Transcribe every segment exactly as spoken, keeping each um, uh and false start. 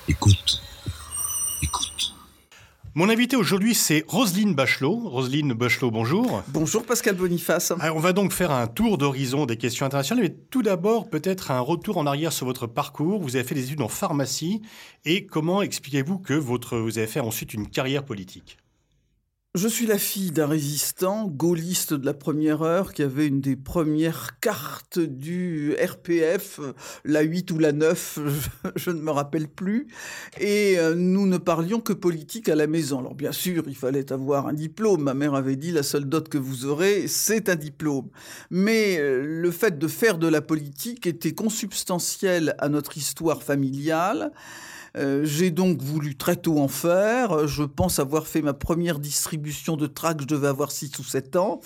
Écoute, écoute. Mon invité aujourd'hui, c'est Roselyne Bachelot. Roselyne Bachelot, bonjour. Bonjour Pascal Boniface. Alors, on va donc faire un tour d'horizon des questions internationales, mais tout d'abord, peut-être un retour en arrière sur votre parcours. Vous avez fait des études en pharmacie, et comment expliquez-vous que votre, vous avez fait ensuite une carrière politique ? Je suis la fille d'un résistant, gaulliste de la première heure, qui avait une des premières cartes du R P F, la huit ou la neuf, je, je ne me rappelle plus, et euh, nous ne parlions que politique à la maison. Alors bien sûr, il fallait avoir un diplôme. Ma mère avait dit, la seule dot que vous aurez, c'est un diplôme. Mais euh, le fait de faire de la politique était consubstantiel à notre histoire familiale. Euh, j'ai donc voulu très tôt en faire. Je pense avoir fait ma première distribution de tracts, je devais avoir six ou sept ans,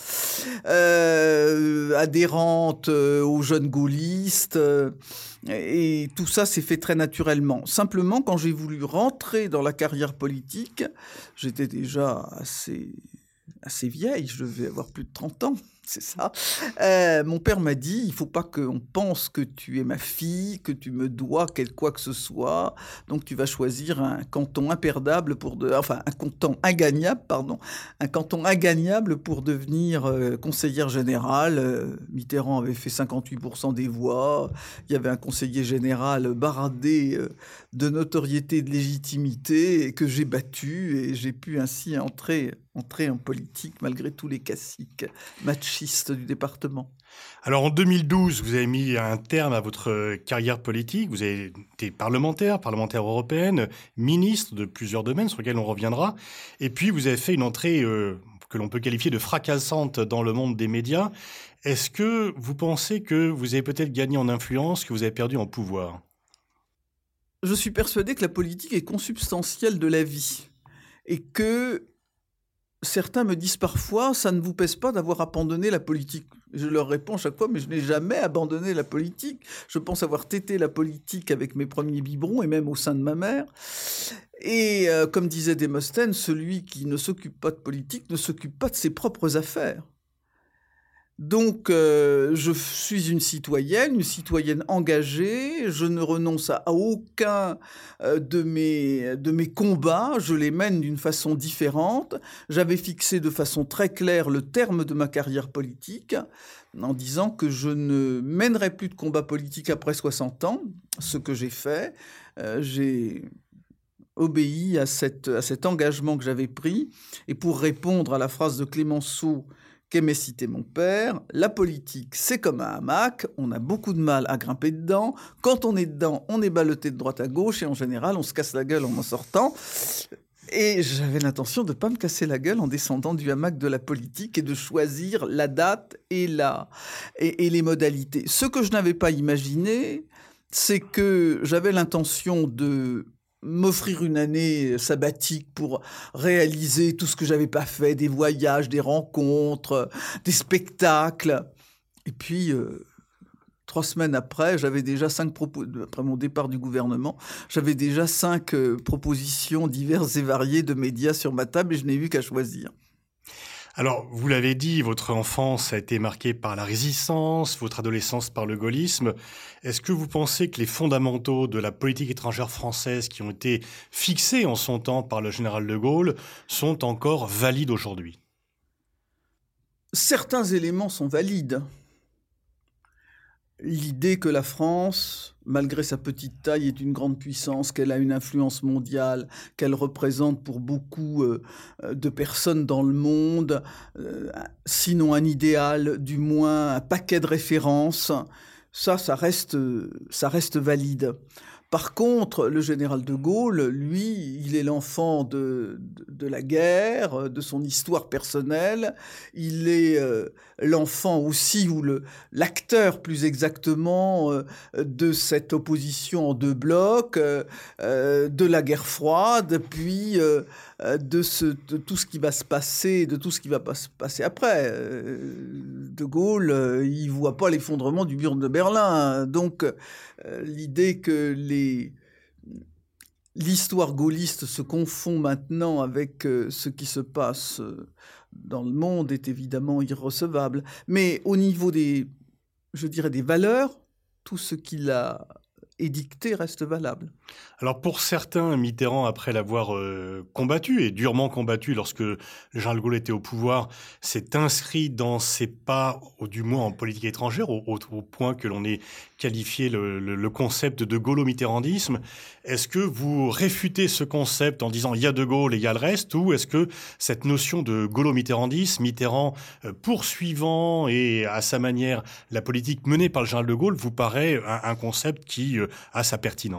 euh, adhérente euh, aux jeunes gaullistes, euh, et tout ça s'est fait très naturellement. Simplement, quand j'ai voulu rentrer dans la carrière politique, j'étais déjà assez, assez vieille, je devais avoir plus de trente ans. C'est ça. Euh, mon père m'a dit, il ne faut pas qu'on pense que tu es ma fille, que tu me dois quelque quoi que ce soit. Donc tu vas choisir un canton imperdable pour de, enfin un canton ingagnable, pardon, un canton ingagnable pour devenir euh, conseillère générale. Euh, Mitterrand avait fait cinquante-huit pour cent des voix. Il y avait un conseiller général baradé euh, de notoriété et de légitimité et que j'ai battu, et j'ai pu ainsi entrer entrer en politique malgré tous les classiques machistes du département. Alors en deux mille douze, vous avez mis un terme à votre carrière politique. Vous avez été parlementaire, parlementaire européenne, ministre de plusieurs domaines sur lesquels on reviendra. Et puis vous avez fait une entrée euh, que l'on peut qualifier de fracassante dans le monde des médias. Est-ce que vous pensez que vous avez peut-être gagné en influence, que vous avez perdu en pouvoir ? Je suis persuadé que la politique est consubstantielle de la vie et que certains me disent parfois, ça ne vous pèse pas d'avoir abandonné la politique. Je leur réponds chaque fois, mais je n'ai jamais abandonné la politique. Je pense avoir tété la politique avec mes premiers biberons et même au sein de ma mère. Et euh, comme disait Démosthène, celui qui ne s'occupe pas de politique ne s'occupe pas de ses propres affaires. Donc, euh, je suis une citoyenne, une citoyenne engagée. Je ne renonce à aucun euh, de mes, de mes combats. Je les mène d'une façon différente. J'avais fixé de façon très claire le terme de ma carrière politique en disant que je ne mènerai plus de combat politique après soixante ans, ce que j'ai fait. Euh, j'ai obéi à, cette, à cet engagement que j'avais pris. Et pour répondre à la phrase de Clémenceau qu'aimait citer mon père, la politique, c'est comme un hamac, on a beaucoup de mal à grimper dedans. Quand on est dedans, on est ballotté de droite à gauche et en général, on se casse la gueule en en sortant. Et j'avais l'intention de ne pas me casser la gueule en descendant du hamac de la politique et de choisir la date et, la, et, et les modalités. Ce que je n'avais pas imaginé, c'est que j'avais l'intention de m'offrir une année sabbatique pour réaliser tout ce que j'avais pas fait, des voyages, des rencontres, des spectacles. Et puis, euh, trois semaines après, j'avais déjà cinq propos... après mon départ du gouvernement, j'avais déjà cinq euh, propositions diverses et variées de médias sur ma table et je n'ai eu qu'à choisir. Alors, vous l'avez dit, votre enfance a été marquée par la résistance, votre adolescence par le gaullisme. Est-ce que vous pensez que les fondamentaux de la politique étrangère française qui ont été fixés en son temps par le général de Gaulle sont encore valides aujourd'hui ? Certains éléments sont valides. L'idée que la France, malgré sa petite taille, est une grande puissance, qu'elle a une influence mondiale, qu'elle représente pour beaucoup euh, de personnes dans le monde, euh, sinon un idéal, du moins un paquet de références, ça, ça reste, ça reste valide. Par contre, le général de Gaulle, lui, il est l'enfant de, de, de la guerre, de son histoire personnelle. Il est euh, l'enfant aussi, ou le, l'acteur plus exactement, euh, de cette opposition en deux blocs, euh, euh, de la guerre froide, puis euh, de, ce, de tout ce qui va se passer, de tout ce qui va pas se passer après. Euh, de Gaulle, euh, il voit pas l'effondrement du mur de Berlin. Donc, euh, l'idée que les l'histoire gaulliste se confond maintenant avec euh, ce qui se passe euh, dans le monde est évidemment irrecevable. Mais au niveau des, je dirais, des valeurs, tout ce qu'il a édicté reste valable. Alors pour certains, Mitterrand, après l'avoir euh, combattu, et durement combattu lorsque le général de Gaulle était au pouvoir, s'est inscrit dans ses pas, ou du moins en politique étrangère, au, au, au point que l'on ait qualifié le, le, le concept de gaulo-mitterrandisme. Est-ce que vous réfutez ce concept en disant « il y a De Gaulle et il y a le reste » ou est-ce que cette notion de gaulo-mitterrandisme, Mitterrand euh, poursuivant et à sa manière la politique menée par le général de Gaulle, vous paraît un, un concept qui euh, a sa pertinence ?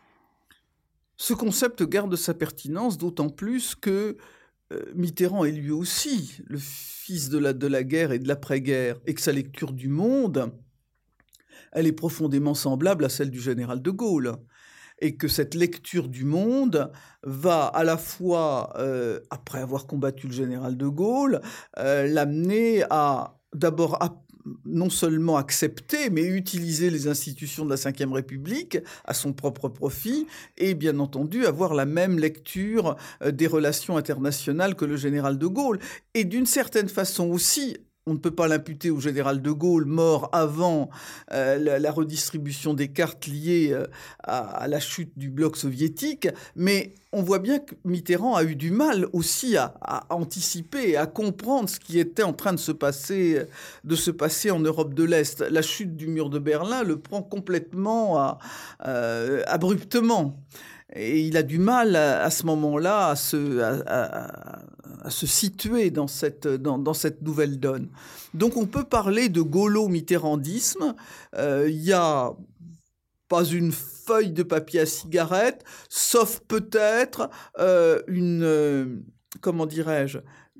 Ce concept garde sa pertinence, d'autant plus que euh, Mitterrand est lui aussi le fils de la, de la guerre et de l'après-guerre, et que sa lecture du monde, elle est profondément semblable à celle du général de Gaulle. Et que cette lecture du monde va à la fois, euh, après avoir combattu le général de Gaulle, euh, l'amener à d'abord à non seulement accepter, mais utiliser les institutions de la Cinquième République à son propre profit et bien entendu avoir la même lecture des relations internationales que le général de Gaulle. Et d'une certaine façon aussi, on ne peut pas l'imputer au général de Gaulle, mort avant euh, la, la redistribution des cartes liées euh, à, à la chute du bloc soviétique, mais on voit bien que Mitterrand a eu du mal aussi à, à anticiper, à comprendre ce qui était en train de se passer, de se passer en Europe de l'Est. La chute du mur de Berlin le prend complètement à, euh, abruptement. Et il a du mal à, à ce moment-là à se, à, à, à se situer dans cette, dans, dans cette nouvelle donne. Donc on peut parler de gaulo-mitterrandisme. Euh, il n'y a pas une feuille de papier à cigarette, sauf peut-être euh, une, euh, comment dirais-je,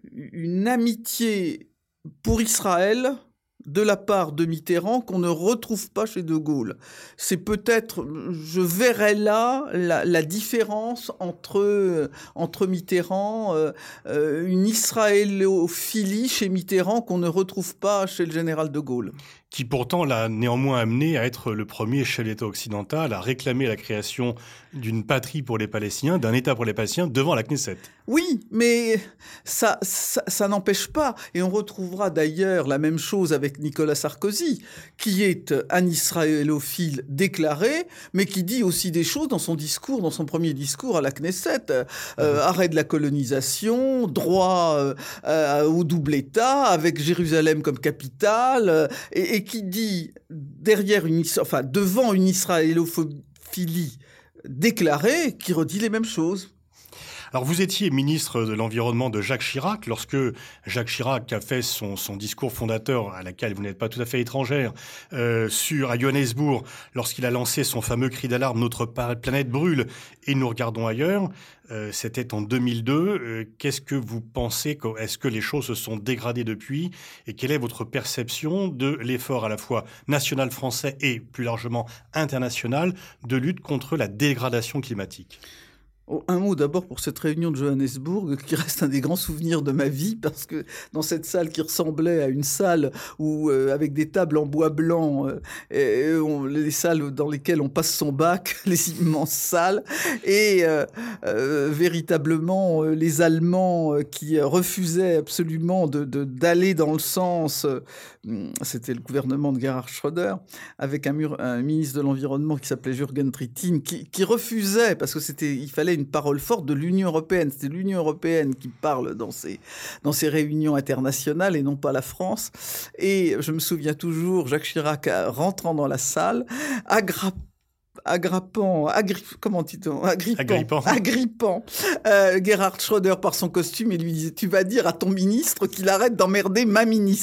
une amitié pour Israël de la part de Mitterrand qu'on ne retrouve pas chez De Gaulle. C'est peut-être, je verrais là la, la différence entre, entre Mitterrand, euh, une israélophilie chez Mitterrand qu'on ne retrouve pas chez le général De Gaulle. Qui pourtant l'a néanmoins amené à être le premier chef d'État occidental à réclamer la création d'une patrie pour les Palestiniens, d'un État pour les Palestiniens devant la Knesset. Oui, mais ça, ça, ça n'empêche pas, et on retrouvera d'ailleurs la même chose avec Nicolas Sarkozy, qui est un israélophile déclaré, mais qui dit aussi des choses dans son discours, dans son premier discours à la Knesset, euh, arrêt de la colonisation, droit euh, au double État, avec Jérusalem comme capitale, euh, et, et qui dit derrière une, enfin devant une israélophilie déclarée, qui redit les mêmes choses. Alors vous étiez ministre de l'Environnement de Jacques Chirac lorsque Jacques Chirac a fait son, son discours fondateur, à laquelle vous n'êtes pas tout à fait étrangère, euh, sur, à Johannesburg, lorsqu'il a lancé son fameux cri d'alarme « Notre planète brûle et nous regardons ailleurs euh, », c'était en deux mille deux. Euh, qu'est-ce que vous pensez? Est-ce que les choses se sont dégradées depuis? Et quelle est votre perception de l'effort à la fois national français et plus largement international de lutte contre la dégradation climatique? Oh, un mot d'abord pour cette réunion de Johannesburg qui reste un des grands souvenirs de ma vie parce que dans cette salle qui ressemblait à une salle où euh, avec des tables en bois blanc, euh, et on, les salles dans lesquelles on passe son bac, les immenses salles, et euh, euh, véritablement euh, les Allemands euh, qui refusaient absolument de, de, d'aller dans le sens, euh, c'était le gouvernement de Gerhard Schröder, avec un, mur, un ministre de l'Environnement qui s'appelait Jürgen Trittin, qui, qui refusait parce que c'était, il fallait une parole forte de l'Union européenne. C'était l'Union européenne qui parle dans ces, dans ces réunions internationales et non pas la France. Et je me souviens toujours, Jacques Chirac rentrant dans la salle, aggrappant agrippant, agri, comment dit-on, agrippant, agrippant, agrippant euh, Gerhard Schröder par son costume et lui disait « Tu vas dire à ton ministre qu'il arrête d'emmerder ma ministre ».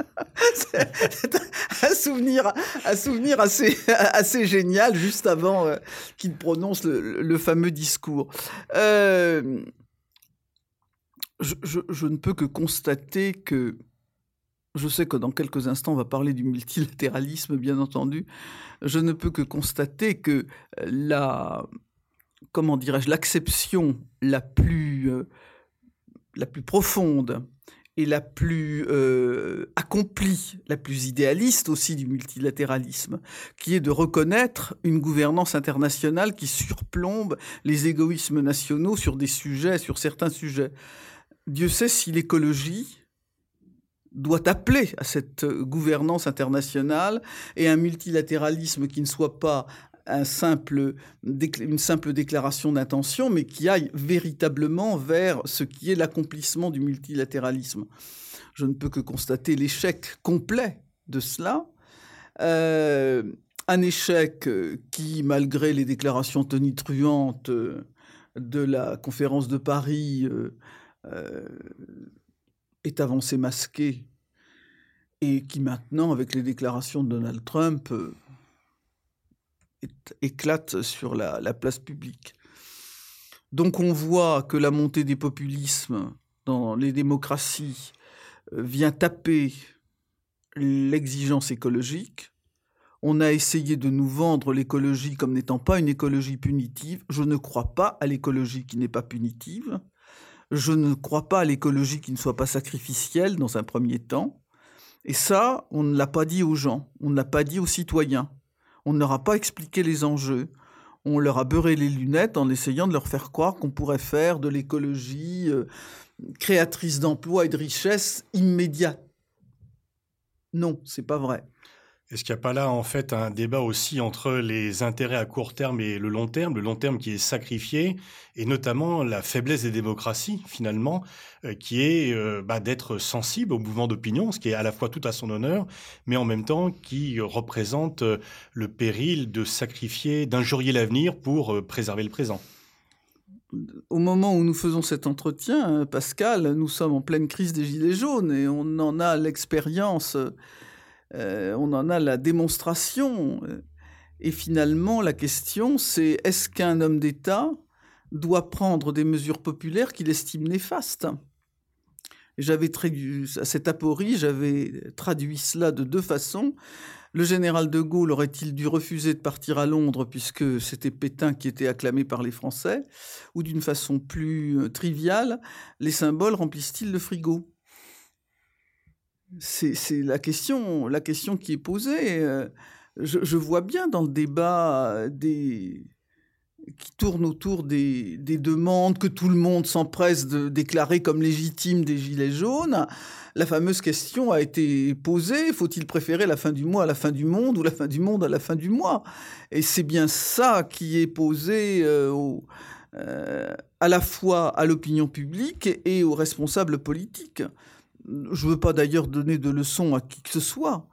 C'est, c'est un souvenir, un souvenir assez, assez génial juste avant euh, qu'il prononce le, le fameux discours. Euh, je, je, je ne peux que constater que je sais que dans quelques instants, on va parler du multilatéralisme, bien entendu. Je ne peux que constater que la, comment dirais-je, l'acception la plus, euh, la plus profonde et la plus euh, accomplie, la plus idéaliste aussi du multilatéralisme, qui est de reconnaître une gouvernance internationale qui surplombe les égoïsmes nationaux sur des sujets, sur certains sujets. Dieu sait si l'écologie doit appeler à cette gouvernance internationale et un multilatéralisme qui ne soit pas un simple, une simple déclaration d'intention, mais qui aille véritablement vers ce qui est l'accomplissement du multilatéralisme. Je ne peux que constater l'échec complet de cela. Euh, un échec qui, malgré les déclarations tonitruantes de la conférence de Paris, euh, euh, est avancé masqué et qui maintenant, avec les déclarations de Donald Trump, euh, éclate sur la, la place publique. Donc on voit que la montée des populismes dans les démocraties euh, vient taper l'exigence écologique. On a essayé de nous vendre l'écologie comme n'étant pas une écologie punitive. Je ne crois pas à l'écologie qui n'est pas punitive. Je ne crois pas à l'écologie qui ne soit pas sacrificielle dans un premier temps. Et ça, on ne l'a pas dit aux gens, on ne l'a pas dit aux citoyens. On ne leur a pas expliqué les enjeux. On leur a beurré les lunettes en essayant de leur faire croire qu'on pourrait faire de l'écologie euh, créatrice d'emplois et de richesses immédiate. Non, c'est pas vrai. Est-ce qu'il n'y a pas là, en fait, un débat aussi entre les intérêts à court terme et le long terme, le long terme qui est sacrifié, et notamment la faiblesse des démocraties, finalement, euh, qui est euh, bah, d'être sensible au mouvement d'opinion, ce qui est à la fois tout à son honneur, mais en même temps qui représente euh, le péril de sacrifier, d'injurier l'avenir pour euh, préserver le présent. Au moment où nous faisons cet entretien, Pascal, nous sommes en pleine crise des Gilets jaunes et on en a l'expérience... Euh, on en a la démonstration. Et finalement, la question, c'est est-ce qu'un homme d'État doit prendre des mesures populaires qu'il estime néfastes ? Et j'avais traduit, à cette aporie, j'avais traduit cela de deux façons. Le général de Gaulle aurait-il dû refuser de partir à Londres puisque c'était Pétain qui était acclamé par les Français ? Ou d'une façon plus triviale, les symboles remplissent-ils le frigo ? C'est, c'est la question, la question qui est posée. Je, je vois bien dans le débat des, qui tourne autour des, des demandes que tout le monde s'empresse de déclarer comme légitimes des Gilets jaunes. La fameuse question a été posée, faut-il préférer la fin du mois à la fin du monde ou la fin du monde à la fin du mois ? Et c'est bien ça qui est posé euh, au, euh, à la fois à l'opinion publique et aux responsables politiques. Je ne veux pas d'ailleurs donner de leçons à qui que ce soit.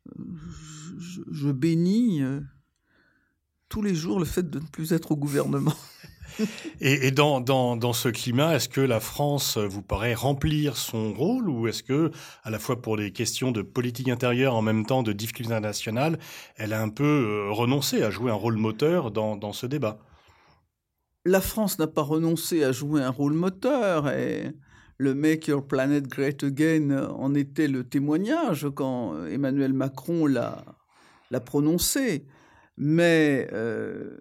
Je, je bénis euh, tous les jours le fait de ne plus être au gouvernement. Et, et dans, dans, dans ce climat, est-ce que la France vous paraît remplir son rôle ou est-ce que, à la fois pour les questions de politique intérieure, en même temps de difficultés internationales, elle a un peu euh, renoncé à jouer un rôle moteur dans, dans ce débat ? La France n'a pas renoncé à jouer un rôle moteur et... Le « Make Your Planet Great Again » en était le témoignage quand Emmanuel Macron l'a, l'a prononcé. Mais euh,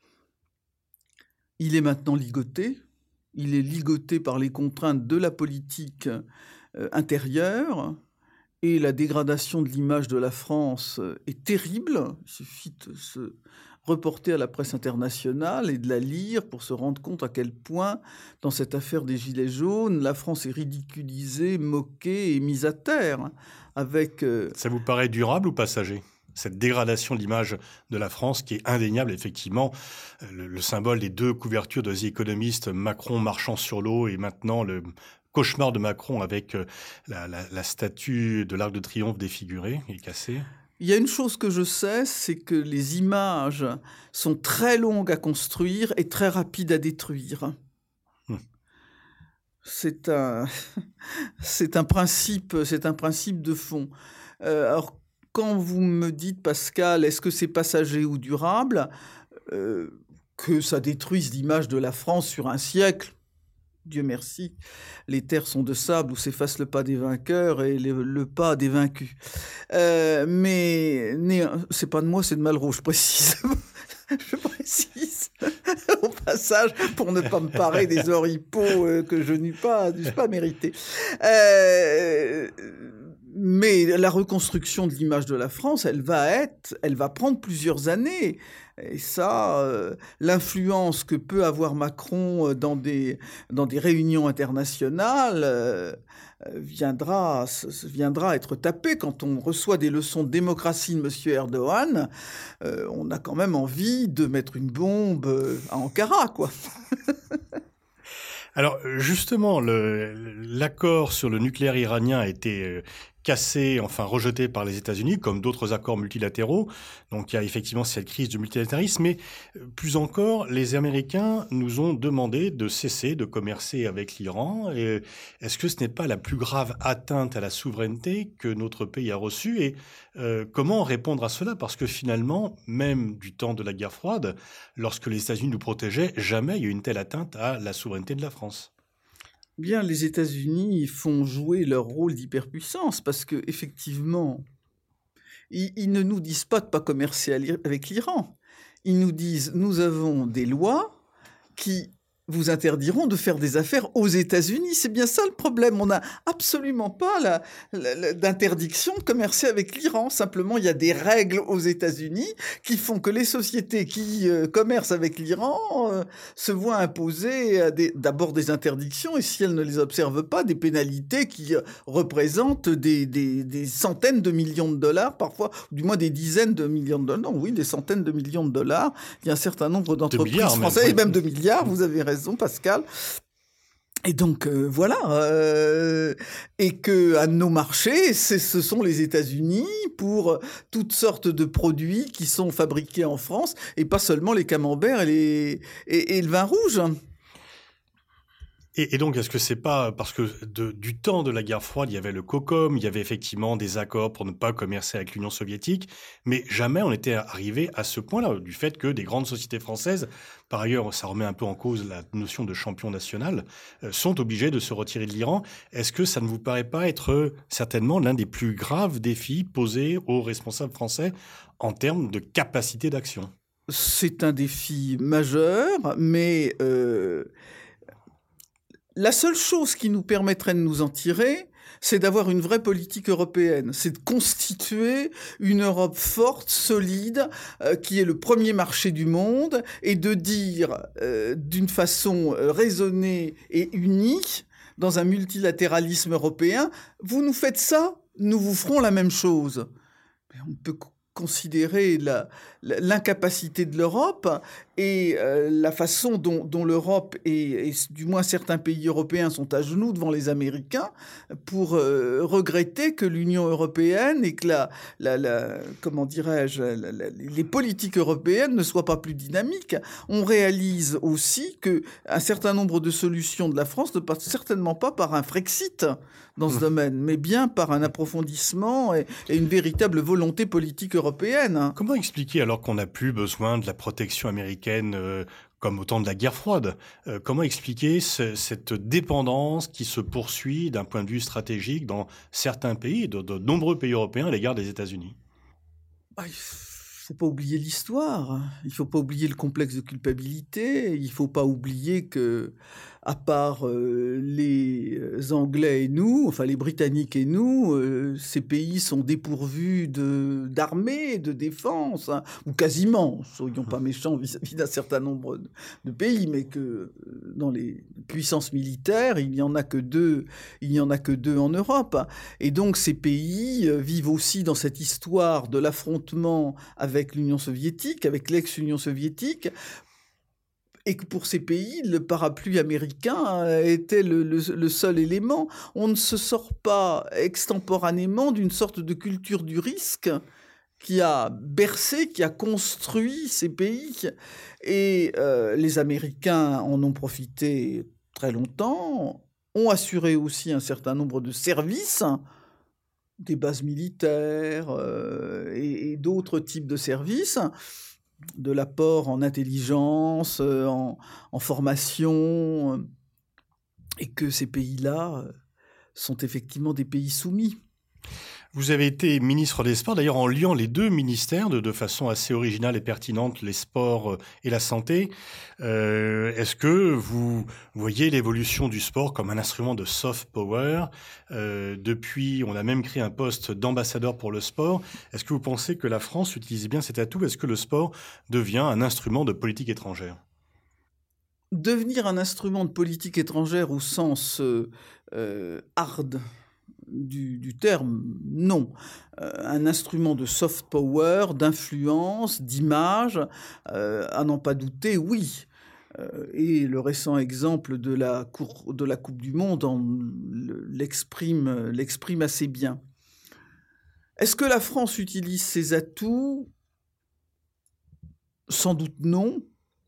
il est maintenant ligoté. Il est ligoté par les contraintes de la politique euh, intérieure. Et la dégradation de l'image de la France est terrible. Il suffit de se reporter à la presse internationale et de la lire pour se rendre compte à quel point, dans cette affaire des Gilets jaunes, la France est ridiculisée, moquée et mise à terre. Avec, euh... Ça vous paraît durable ou passager ? Cette dégradation de l'image de la France qui est indéniable, effectivement, le, le symbole des deux couvertures de The Economist, Macron marchant sur l'eau et maintenant le cauchemar de Macron avec la, la, la statue de l'Arc de Triomphe défigurée et cassée. Il y a une chose que je sais, c'est que les images sont très longues à construire et très rapides à détruire. Hum. C'est un, c'est un principe, c'est un principe de fond. Euh, alors, quand vous me dites, Pascal, est-ce que c'est passager ou durable, euh, que ça détruise l'image de la France sur un siècle, Dieu merci, les terres sont de sable où s'efface le pas des vainqueurs et le, le pas des vaincus. Euh, mais né, c'est pas de moi, c'est de Malraux, je précise. je précise au passage pour ne pas me parer des oripeaux euh, que je n'ai pas, je n'ai pas mérité. Euh, mais la reconstruction de l'image de la France, elle va être, elle va prendre plusieurs années. Et ça, euh, l'influence que peut avoir Macron dans des, dans des réunions internationales, euh, viendra, viendra être tapé. Quand on reçoit des leçons de démocratie de M. Erdogan, euh, on a quand même envie de mettre une bombe à Ankara, quoi. Alors justement, le, l'accord sur le nucléaire iranien a été euh, cassé, enfin rejeté par les États-Unis, comme d'autres accords multilatéraux. Donc il y a effectivement cette crise du multilatéralisme, mais euh, plus encore, les Américains nous ont demandé de cesser de commercer avec l'Iran. Et est-ce que ce n'est pas la plus grave atteinte à la souveraineté que notre pays a reçue? Et euh, comment répondre à cela? Parce que finalement, même du temps de la guerre froide, lorsque les États-Unis nous protégeaient, jamais il y a eu une telle atteinte à la souveraineté de la France. Bien, les États-Unis font jouer leur rôle d'hyperpuissance parce que effectivement, ils, ils ne nous disent pas de pas commercer avec l'Iran. Ils nous disent nous avons des lois qui vous interdiront de faire des affaires aux États-Unis. C'est bien ça le problème. On n'a absolument pas la, la, la, d'interdiction de commercer avec l'Iran. Simplement, il y a des règles aux États-Unis qui font que les sociétés qui euh, commercent avec l'Iran euh, se voient imposer des, d'abord des interdictions et si elles ne les observent pas, des pénalités qui euh, représentent des, des, des centaines de millions de dollars, parfois, ou du moins des dizaines de millions de dollars. Non, oui, des centaines de millions de dollars. Il y a un certain nombre d'entreprises françaises, et même de milliards, vous avez raison. Pascal. Et donc euh, voilà, euh, et que à nos marchés, c'est, ce sont les États-Unis pour toutes sortes de produits qui sont fabriqués en France, et pas seulement les camemberts et, les, et, et le vin rouge. Et, et donc, est-ce que c'est pas parce que de, du temps de la guerre froide, il y avait le COCOM, il y avait effectivement des accords pour ne pas commercer avec l'Union soviétique, mais jamais on était arrivé à ce point-là, du fait que des grandes sociétés françaises, par ailleurs, ça remet un peu en cause la notion de champion national, euh, sont obligées de se retirer de l'Iran. Est-ce que ça ne vous paraît pas être euh, certainement l'un des plus graves défis posés aux responsables français en termes de capacité d'action? C'est un défi majeur, mais... Euh... La seule chose qui nous permettrait de nous en tirer, c'est d'avoir une vraie politique européenne, c'est de constituer une Europe forte, solide, euh, qui est le premier marché du monde, et de dire euh, d'une façon raisonnée et unie, dans un multilatéralisme européen, vous nous faites ça, nous vous ferons la même chose. Mais on peut considérer la, l'incapacité de l'Europe et euh, la façon dont, dont l'Europe et, et du moins certains pays européens sont à genoux devant les Américains pour euh, regretter que l'Union européenne et que la, la, la comment dirais-je, la, la, les politiques européennes ne soient pas plus dynamiques. On réalise aussi que un certain nombre de solutions de la France ne passent certainement pas par un Frexit dans ce mmh. domaine, mais bien par un approfondissement et, et une véritable volonté politique européenne. Comment expliquer alors qu'on n'a plus besoin de la protection américaine euh, comme au temps de la guerre froide? euh, Comment expliquer ce, cette dépendance qui se poursuit d'un point de vue stratégique dans certains pays, de, de nombreux pays européens à l'égard des États-Unis? Il ne faut pas oublier l'histoire, il ne faut pas oublier le complexe de culpabilité, il ne faut pas oublier que, à part euh, les Anglais et nous, enfin les Britanniques et nous, euh, ces pays sont dépourvus de, d'armée, de défense, hein, ou quasiment, soyons pas méchants vis-à-vis d'un certain nombre de, de pays, mais que euh, dans les puissances militaires, il n'y en a que deux, il n'y en a que deux en Europe. Et donc ces pays euh, vivent aussi dans cette histoire de l'affrontement avec l'Union soviétique, avec l'ex-Union soviétique, et que pour ces pays, le parapluie américain était le, le, le seul élément. On ne se sort pas extemporanément d'une sorte de culture du risque qui a bercé, qui a construit ces pays. Et euh, les Américains en ont profité très longtemps, ont assuré aussi un certain nombre de services, des bases militaires euh, et, et d'autres types de services, de l'apport en intelligence, en, en formation, et que ces pays-là sont effectivement des pays soumis. Vous avez été ministre des Sports, d'ailleurs en liant les deux ministères de, de façon assez originale et pertinente, les sports et la santé. Euh, est-ce que vous voyez l'évolution du sport comme un instrument de soft power? euh, Depuis, on a même créé un poste d'ambassadeur pour le sport. Est-ce que vous pensez que la France utilise bien cet atout? Est-ce que le sport devient un instrument de politique étrangère? devenir un instrument de politique étrangère au sens euh, euh, hard du, du terme, non. Euh, un instrument de soft power, d'influence, d'image, euh, à n'en pas douter, oui. Euh, et le récent exemple de la, cour, de la Coupe du Monde en, l'exprime, l'exprime assez bien. Est-ce que la France utilise ses atouts ? Sans doute non.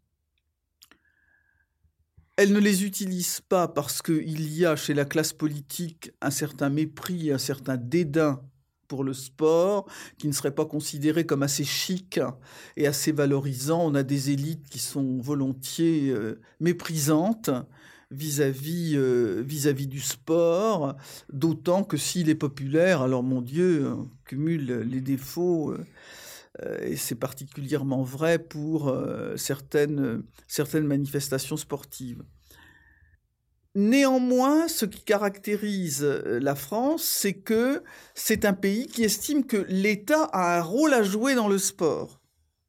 Elle ne les utilise pas parce qu'il y a chez la classe politique un certain mépris, un certain dédain pour le sport, qui ne serait pas considéré comme assez chic et assez valorisant. On a des élites qui sont volontiers euh, méprisantes vis-à-vis, euh, vis-à-vis du sport, d'autant que s'il est populaire, alors mon Dieu, on cumule les défauts... Euh, et c'est particulièrement vrai pour euh, certaines, certaines manifestations sportives. Néanmoins, ce qui caractérise la France, c'est que c'est un pays qui estime que l'État a un rôle à jouer dans le sport.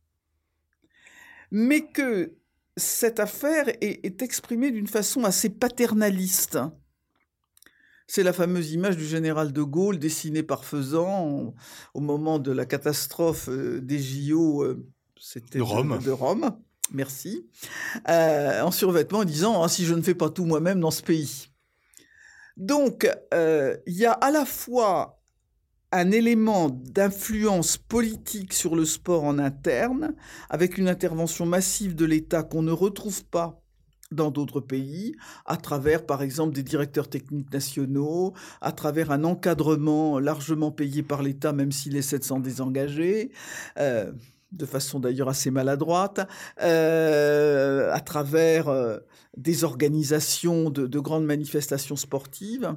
Mais que cette affaire est, est exprimée d'une façon assez paternaliste. C'est la fameuse image du général de Gaulle dessinée par Fezan au moment de la catastrophe des J O c'était de Rome. De, de Rome, merci, euh, en survêtement en disant ah, « si je ne fais pas tout moi-même dans ce pays ». Donc, euh, il y a à la fois un élément d'influence politique sur le sport en interne, avec une intervention massive de l'État qu'on ne retrouve pas dans d'autres pays, à travers, par exemple, des directeurs techniques nationaux, à travers un encadrement largement payé par l'État, même s'il essaie de s'en désengager, euh, de façon d'ailleurs assez maladroite, euh, à travers euh, des organisations de, de grandes manifestations sportives.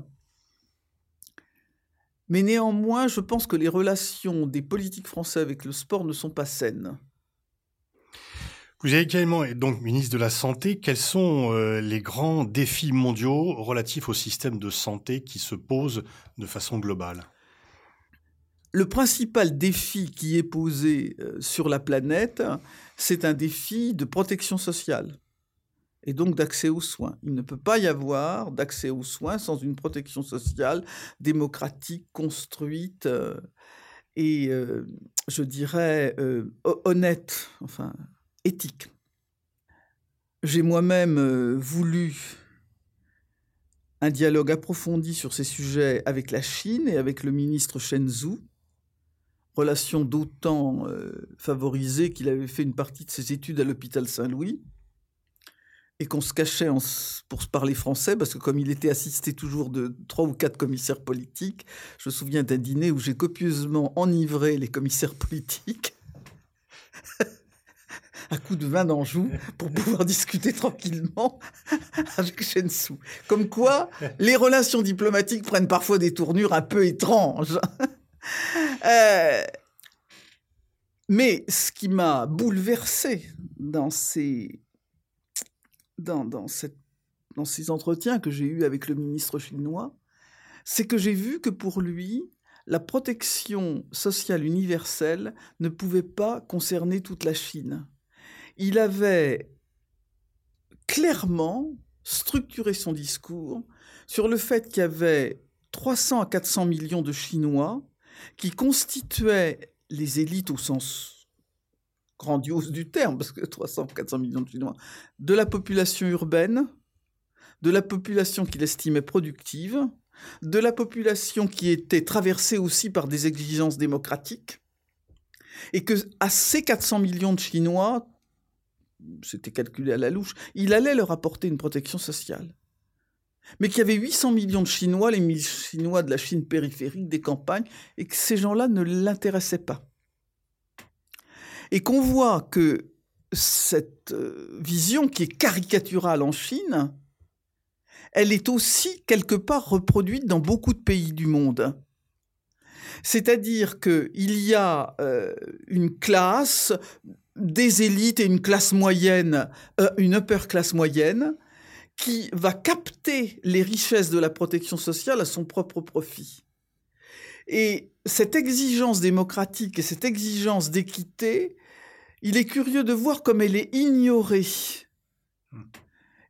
Mais néanmoins, je pense que les relations des politiques français avec le sport ne sont pas saines. Vous êtes également donc ministre de la Santé. Quels sont euh, les grands défis mondiaux relatifs au système de santé qui se posent de façon globale ? Le principal défi qui est posé euh, sur la planète, c'est un défi de protection sociale et donc d'accès aux soins. Il ne peut pas y avoir d'accès aux soins sans une protection sociale démocratique, construite euh, et, euh, je dirais, euh, honnête, enfin... éthique. J'ai moi-même euh, voulu un dialogue approfondi sur ces sujets avec la Chine et avec le ministre Chen Zhu, relation d'autant euh, favorisée qu'il avait fait une partie de ses études à l'hôpital Saint-Louis et qu'on se cachait en, pour se parler français parce que comme il était assisté toujours de trois ou quatre commissaires politiques, je me souviens d'un dîner où j'ai copieusement enivré les commissaires politiques à coup de vin d'Anjou pour pouvoir discuter tranquillement avec Chen Zhu. Comme quoi, les relations diplomatiques prennent parfois des tournures un peu étranges. euh, mais ce qui m'a bouleversé dans ces, dans, dans, cette, dans ces entretiens que j'ai eus avec le ministre chinois, c'est que j'ai vu que pour lui, la protection sociale universelle ne pouvait pas concerner toute la Chine. Il avait clairement structuré son discours sur le fait qu'il y avait trois cents à quatre cents millions de Chinois qui constituaient les élites au sens grandiose du terme, parce que trois cents à quatre cents millions de Chinois, de la population urbaine, de la population qu'il estimait productive, de la population qui était traversée aussi par des exigences démocratiques, et que à ces quatre cents millions de Chinois, c'était calculé à la louche, il allait leur apporter une protection sociale. Mais qu'il y avait huit cents millions de Chinois, les Chinois de la Chine périphérique, des campagnes, et que ces gens-là ne l'intéressaient pas. Et qu'on voit que cette vision qui est caricaturale en Chine, elle est aussi quelque part reproduite dans beaucoup de pays du monde. C'est-à-dire qu'il y a euh, une classe, des élites et une classe moyenne, euh, une upper class moyenne, qui va capter les richesses de la protection sociale à son propre profit. Et cette exigence démocratique et cette exigence d'équité, il est curieux de voir comme elle est ignorée.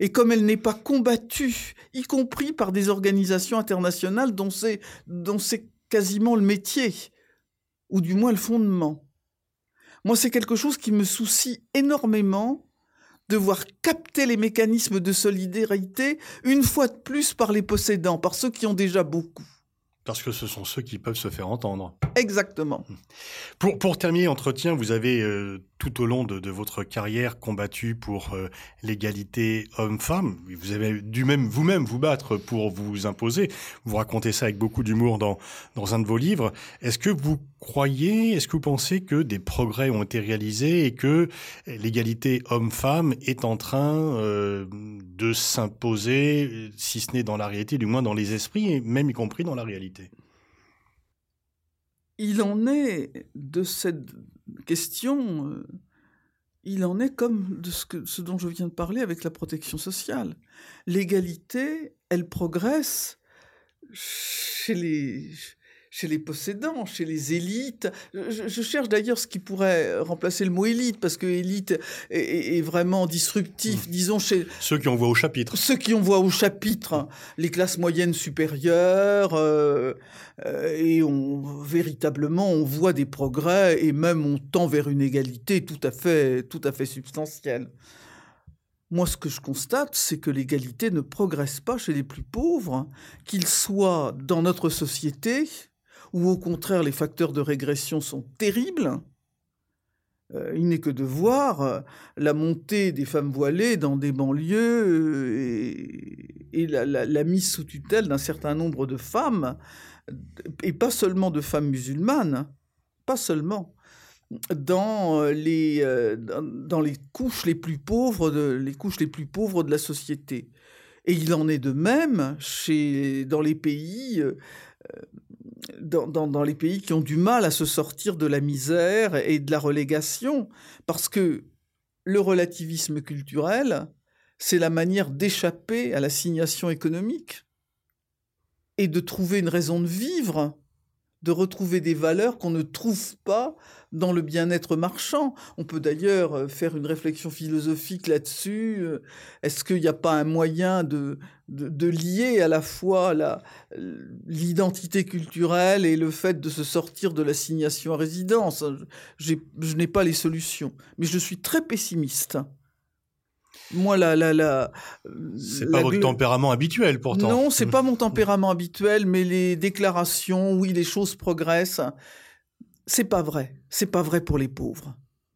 et comme elle n'est pas combattue, y compris par des organisations internationales dont c'est, dont c'est quasiment le métier, ou du moins le fondement. Moi, c'est quelque chose qui me soucie énormément, de voir capter les mécanismes de solidarité, une fois de plus par les possédants, par ceux qui ont déjà beaucoup. Parce que ce sont ceux qui peuvent se faire entendre. Exactement. Pour, pour terminer l'entretien, vous avez euh, tout au long de, de votre carrière combattu pour euh, l'égalité homme-femme. Vous avez dû même vous-même vous battre pour vous imposer. Vous racontez ça avec beaucoup d'humour dans, dans un de vos livres. Est-ce que vous croyez, est-ce que vous pensez que des progrès ont été réalisés et que l'égalité homme-femme est en train euh, de s'imposer, si ce n'est dans la réalité, du moins dans les esprits, et même y compris dans la réalité ? Il en est de cette question, euh, il en est comme de ce, que, ce dont je viens de parler avec la protection sociale. L'égalité, elle progresse chez les, chez les possédants, chez les élites. Je, je cherche d'ailleurs ce qui pourrait remplacer le mot élite, parce que élite est, est, est vraiment disruptif, mmh. disons chez... Ceux qui ont voix au chapitre. Ceux qui ont voix au chapitre, les classes moyennes supérieures, euh, euh, et on, véritablement on voit des progrès, et même on tend vers une égalité tout à fait, tout à fait substantielle. Moi, ce que je constate, c'est que l'égalité ne progresse pas chez les plus pauvres, qu'ils soient dans notre société, où au contraire les facteurs de régression sont terribles. Euh, il n'est que de voir euh, la montée des femmes voilées dans des banlieues euh, et, et la, la, la mise sous tutelle d'un certain nombre de femmes, et pas seulement de femmes musulmanes, pas seulement, dans les, euh, dans, dans les couches les plus pauvres de, les couches les plus pauvres de la société. Et il en est de même chez, dans les pays... Euh, Dans, dans, dans les pays qui ont du mal à se sortir de la misère et de la relégation, parce que le relativisme culturel, c'est la manière d'échapper à l'assignation économique et de trouver une raison de vivre, de retrouver des valeurs qu'on ne trouve pas dans le bien-être marchand. On peut d'ailleurs faire une réflexion philosophique là-dessus. Est-ce qu'il n'y a pas un moyen de, de, de lier à la fois la, l'identité culturelle et le fait de se sortir de l'assignation à résidence ? J'ai, je n'ai pas les solutions, mais je suis très pessimiste. Moi, la, la, la, c'est la, pas la, votre tempérament habituel, pourtant. Non, c'est pas mon tempérament habituel, mais les déclarations, oui, les choses progressent, c'est pas vrai. C'est pas vrai pour les pauvres.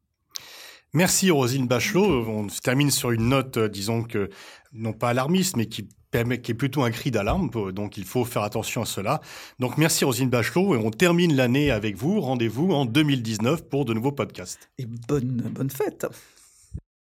Merci Roselyne Bachelot. On se termine sur une note, disons que, non pas alarmiste, mais qui permet, qui est plutôt un cri d'alarme, donc il faut faire attention à cela. Donc merci Roselyne Bachelot, et on termine l'année avec vous. Rendez-vous en deux mille dix-neuf pour de nouveaux podcasts. Et bonne, bonne fête.